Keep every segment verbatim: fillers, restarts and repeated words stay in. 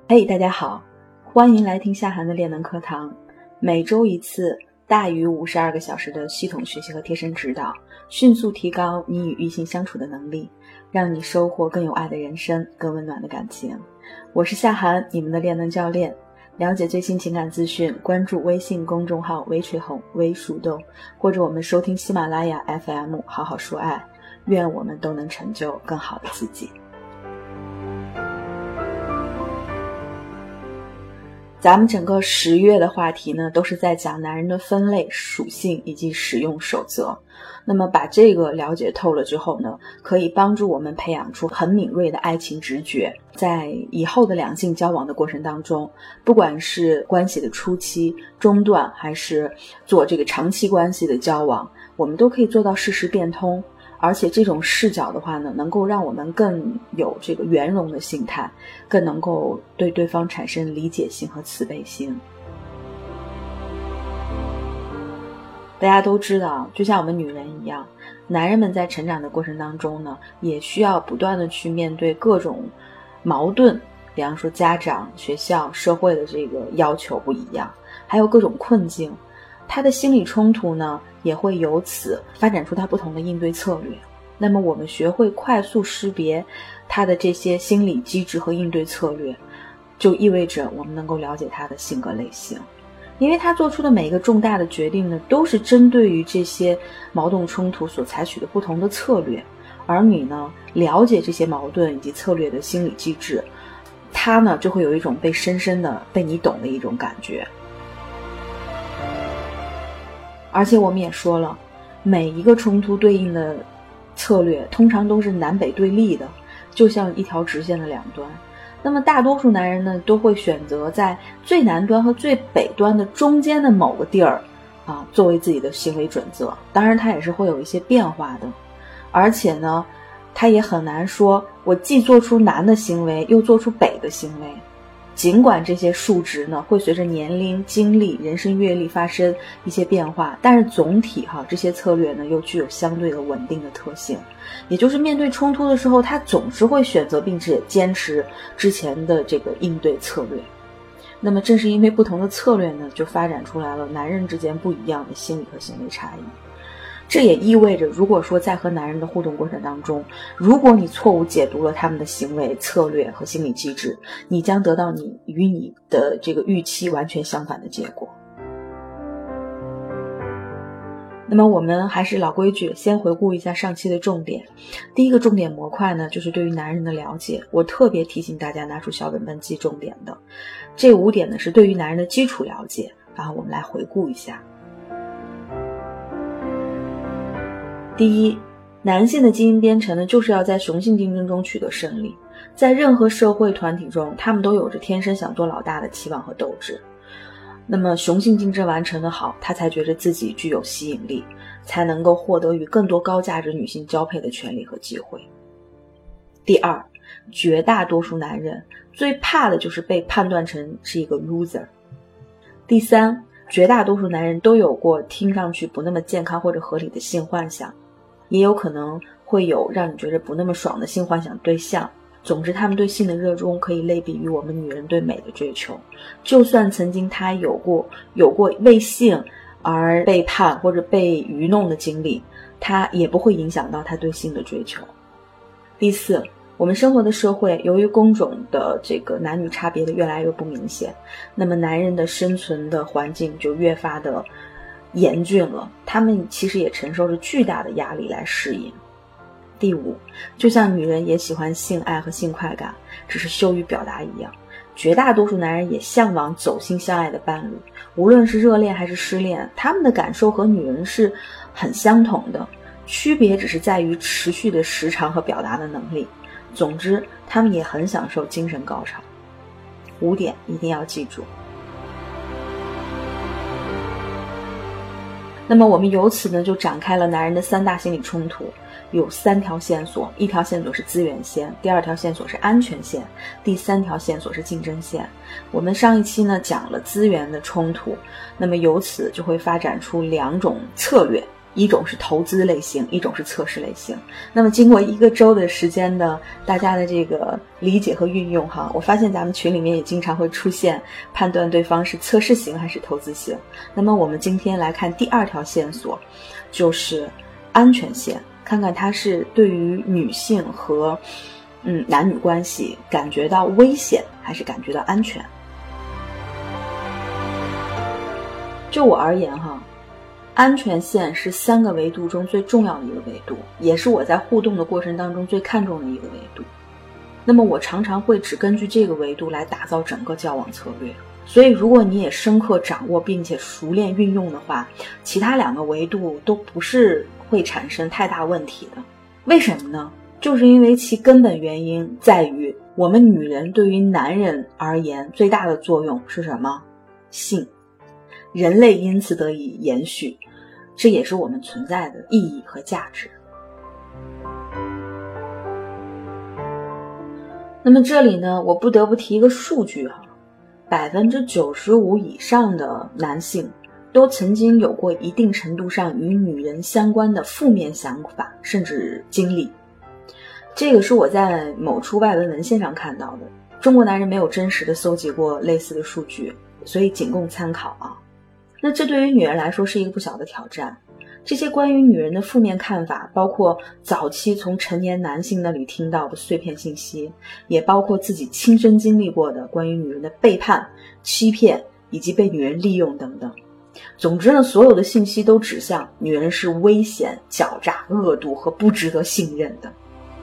嘿、hey, 大家好，欢迎来听夏涵的恋能课堂，每周一次，大于五十二个小时的系统学习和贴身指导，迅速提高你与异性相处的能力，让你收获更有爱的人生，更温暖的感情。我是夏涵，你们的恋能教练。了解最新情感资讯，关注微信公众号微吹红微树洞，或者我们收听喜马拉雅 F M 好好说爱，愿我们都能成就更好的自己。咱们整个十月的话题呢，都是在讲男人的分类、属性以及使用守则。那么把这个了解透了之后呢，可以帮助我们培养出很敏锐的爱情直觉。在以后的两性交往的过程当中，不管是关系的初期、中段，还是做这个长期关系的交往，我们都可以做到事事变通。而且这种视角的话呢，能够让我们更有这个圆融的心态，更能够对对方产生理解性和慈悲心。大家都知道，就像我们女人一样，男人们在成长的过程当中呢，也需要不断的去面对各种矛盾，比方说家长、学校、社会的这个要求不一样，还有各种困境。他的心理冲突呢，也会由此发展出他不同的应对策略。那么我们学会快速识别他的这些心理机制和应对策略，就意味着我们能够了解他的性格类型。因为他做出的每一个重大的决定呢，都是针对于这些矛盾冲突所采取的不同的策略。而你呢，了解这些矛盾以及策略的心理机制，他呢就会有一种被深深的被你懂的一种感觉。而且我们也说了，每一个冲突对应的策略通常都是南北对立的，就像一条直线的两端。那么大多数男人呢，都会选择在最南端和最北端的中间的某个地儿啊，作为自己的行为准则。当然他也是会有一些变化的，而且呢他也很难说我既做出南的行为又做出北的行为。尽管这些数值呢会随着年龄、经历、人生阅历发生一些变化，但是总体哈这些策略呢又具有相对的稳定的特性。也就是面对冲突的时候，他总是会选择并且坚持之前的这个应对策略。那么正是因为不同的策略呢，就发展出来了男人之间不一样的心理和行为差异。这也意味着，如果说在和男人的互动过程当中，如果你错误解读了他们的行为策略和心理机制，你将得到你与你的这个预期完全相反的结果。那么我们还是老规矩，先回顾一下上期的重点。第一个重点模块呢，就是对于男人的了解。我特别提醒大家拿出小本本记重点的。这五点呢，是对于男人的基础了解，然后我们来回顾一下。第一，男性的基因编程呢，就是要在雄性竞争中取得胜利。在任何社会团体中，他们都有着天生想做老大的期望和斗志。那么雄性竞争完成的好，他才觉得自己具有吸引力，才能够获得与更多高价值女性交配的权利和机会。第二，绝大多数男人最怕的就是被判断成是一个 loser。第三，绝大多数男人都有过听上去不那么健康或者合理的性幻想，也有可能会有让你觉得不那么爽的性幻想对象。总之他们对性的热衷可以类比于我们女人对美的追求。就算曾经他有过有过为性而背叛或者被愚弄的经历，他也不会影响到他对性的追求。第四，我们生活的社会由于工种的这个男女差别的越来越不明显，那么男人的生存的环境就越发的严峻了，他们其实也承受着巨大的压力来适应。第五，就像女人也喜欢性爱和性快感，只是羞于表达一样，绝大多数男人也向往走心相爱的伴侣，无论是热恋还是失恋，他们的感受和女人是很相同的，区别只是在于持续的时长和表达的能力。总之他们也很享受精神高潮。五点一定要记住。那么我们由此呢就展开了男人的三大心理冲突，有三条线索，一条线索是资源线，第二条线索是安全线，第三条线索是竞争线。我们上一期呢讲了资源的冲突，那么由此就会发展出两种策略一种是投资类型，一种是测试类型。那么经过一个周的时间的大家的这个理解和运用哈，我发现咱们群里面也经常会出现判断对方是测试型还是投资型。那么我们今天来看第二条线索，就是安全线，看看它是对于女性和嗯男女关系感觉到危险还是感觉到安全。就我而言哈，安全线是三个维度中最重要的一个维度，也是我在互动的过程当中最看重的一个维度。那么我常常会只根据这个维度来打造整个交往策略。所以如果你也深刻掌握并且熟练运用的话，其他两个维度都不是会产生太大问题的。为什么呢？就是因为其根本原因在于我们女人对于男人而言最大的作用是什么？性。人类因此得以延续，这也是我们存在的意义和价值。那么这里呢，我不得不提一个数据哈，百分之九十五以上的男性都曾经有过一定程度上与女人相关的负面想法，甚至经历。这个是我在某处外文文献上看到的，中国男人没有真实的搜集过类似的数据，所以仅供参考啊。那这对于女人来说是一个不小的挑战。这些关于女人的负面看法，包括早期从成年男性那里听到的碎片信息，也包括自己亲身经历过的关于女人的背叛、欺骗以及被女人利用等等。总之呢，所有的信息都指向女人是危险、狡诈、恶毒和不值得信任的。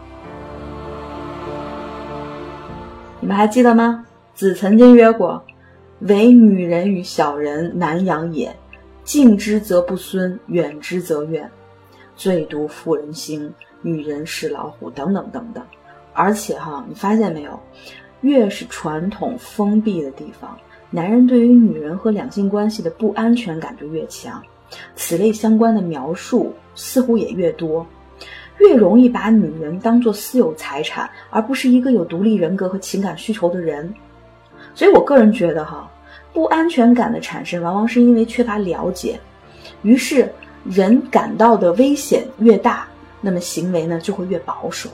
你们还记得吗？子曾经曰过，唯女人与小人难养也，近之则不孙，远之则怨，最毒妇人心，女人是老虎等等等等。而且哈，你发现没有，越是传统封闭的地方，男人对于女人和两性关系的不安全感就越强，此类相关的描述似乎也越多，越容易把女人当作私有财产，而不是一个有独立人格和情感需求的人。所以我个人觉得哈，不安全感的产生往往是因为缺乏了解，于是人感到的危险越大，那么行为呢就会越保守。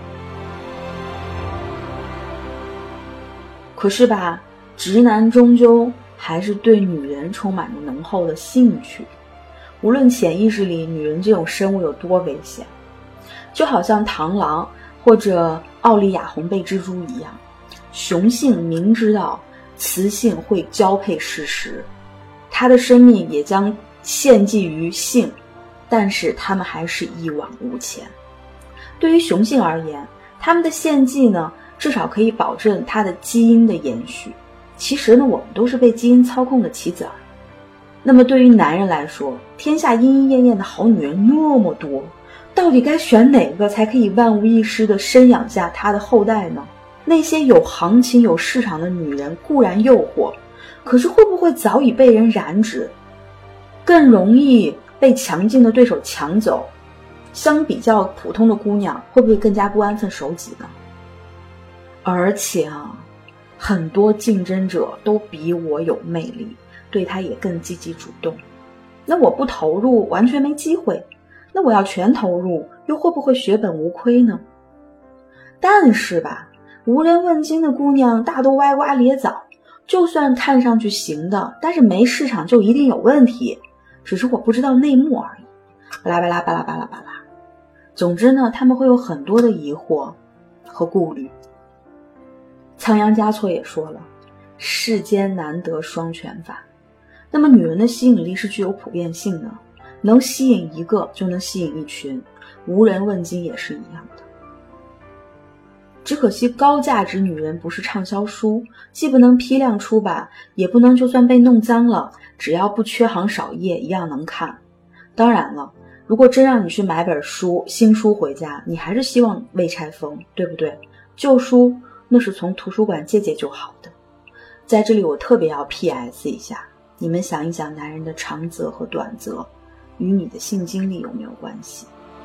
可是吧，直男终究还是对女人充满着浓厚的兴趣，无论潜意识里女人这种生物有多危险，就好像螳螂或者奥利亚红背蜘蛛一样，雄性明知道雌性会交配事实，他的生命也将献祭于性，但是他们还是一往无前。对于雄性而言，他们的献祭呢，至少可以保证他的基因的延续。其实呢，我们都是被基因操控的棋子儿。那么对于男人来说，天下莺莺燕燕的好女人那么多，到底该选哪个才可以万无一失地生养下他的后代呢？那些有行情有市场的女人固然诱惑，可是会不会早已被人染指，更容易被强劲的对手抢走？相比较普通的姑娘，会不会更加不安分守己呢？而且啊，很多竞争者都比我有魅力，对他也更积极主动。那我不投入，完全没机会。那我要全投入，又会不会血本无亏呢？但是吧，无人问津的姑娘大多歪瓜裂枣，就算看上去行的，但是没市场就一定有问题，只是我不知道内幕而已。巴拉巴拉巴拉巴拉巴拉。总之呢，他们会有很多的疑惑和顾虑。仓央嘉措也说了，世间难得双全法。那么女人的吸引力是具有普遍性的，能吸引一个就能吸引一群，无人问津也是一样的。只可惜高价值女人不是畅销书，既不能批量出版，也不能就算被弄脏了，只要不缺行少页一样能看。当然了，如果真让你去买本书，新书回家，你还是希望未拆封，对不对？旧书那是从图书馆借借就好的。在这里我特别要 P S 一下，你们想一想，男人的长则和短则与你的性经历有没有关系？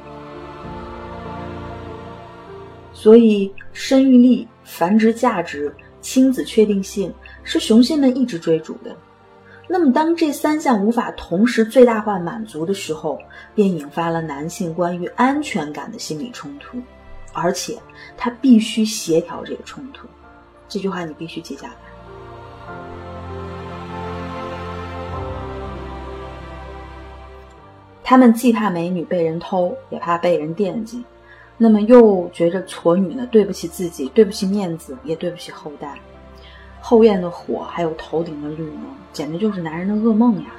所以生育力、繁殖价值、亲子确定性是雄性们一直追逐的。 那么当这三项无法同时最大化满足的时候，便引发了男性关于安全感的心理冲突，而且他必须协调这个冲突。这句话你必须记下来。他们既怕美女被人偷，也怕被人惦记，那么又觉着矬女呢对不起自己，对不起面子，也对不起后代。后院的火还有头顶的绿呢，简直就是男人的噩梦呀。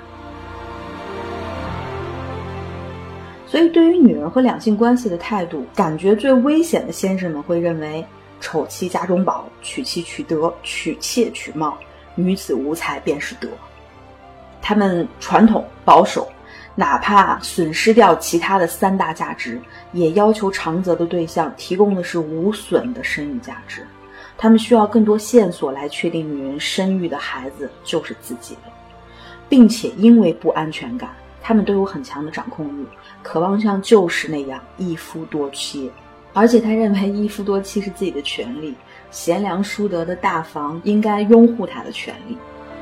所以对于女人和两性关系的态度，感觉最危险的先生们会认为丑妻家中宝，娶妻娶德，娶妾娶貌，女子无才便是德。他们传统保守，哪怕损失掉其他的三大价值，也要求长则的对象提供的是无损的生育价值。他们需要更多线索来确定女人生育的孩子就是自己的，并且因为不安全感，他们都有很强的掌控欲，渴望像旧时那样一夫多妻。而且他认为一夫多妻是自己的权利，贤良淑德的大房应该拥护他的权利。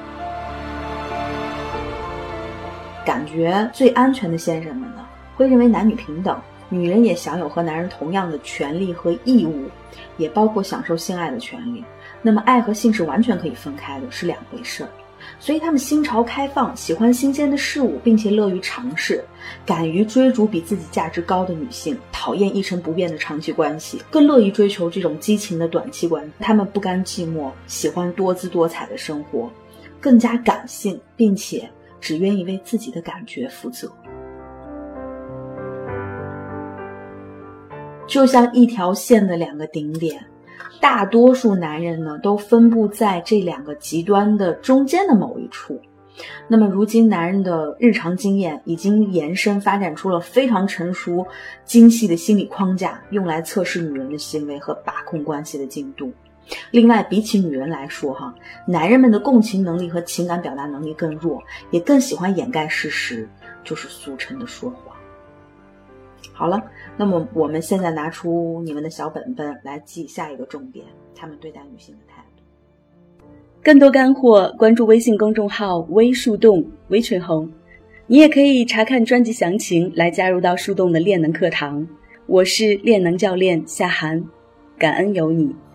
感觉最安全的先生们呢，会认为男女平等，女人也享有和男人同样的权利和义务，也包括享受性爱的权利。那么爱和性是完全可以分开的，是两回事儿。所以他们心潮开放，喜欢新鲜的事物，并且乐于尝试，敢于追逐比自己价值高的女性，讨厌一成不变的长期关系，更乐于追求这种激情的短期关系。他们不甘寂寞，喜欢多姿多彩的生活，更加感性，并且只愿意为自己的感觉负责。就像一条线的两个顶点，大多数男人呢都分布在这两个极端的中间的某一处。那么如今男人的日常经验已经延伸发展出了非常成熟精细的心理框架，用来测试女人的行为和把控关系的进度。另外比起女人来说哈，男人们的共情能力和情感表达能力更弱，也更喜欢掩盖事实，就是俗称的说谎。好了，那么我们现在拿出你们的小本本来记下一个重点，他们对待女性的态度。 更多干货关注微信公众号微树洞微群红，你也可以查看专辑详情来加入到树洞的练能课堂。我是练能教练夏涵，感恩有你。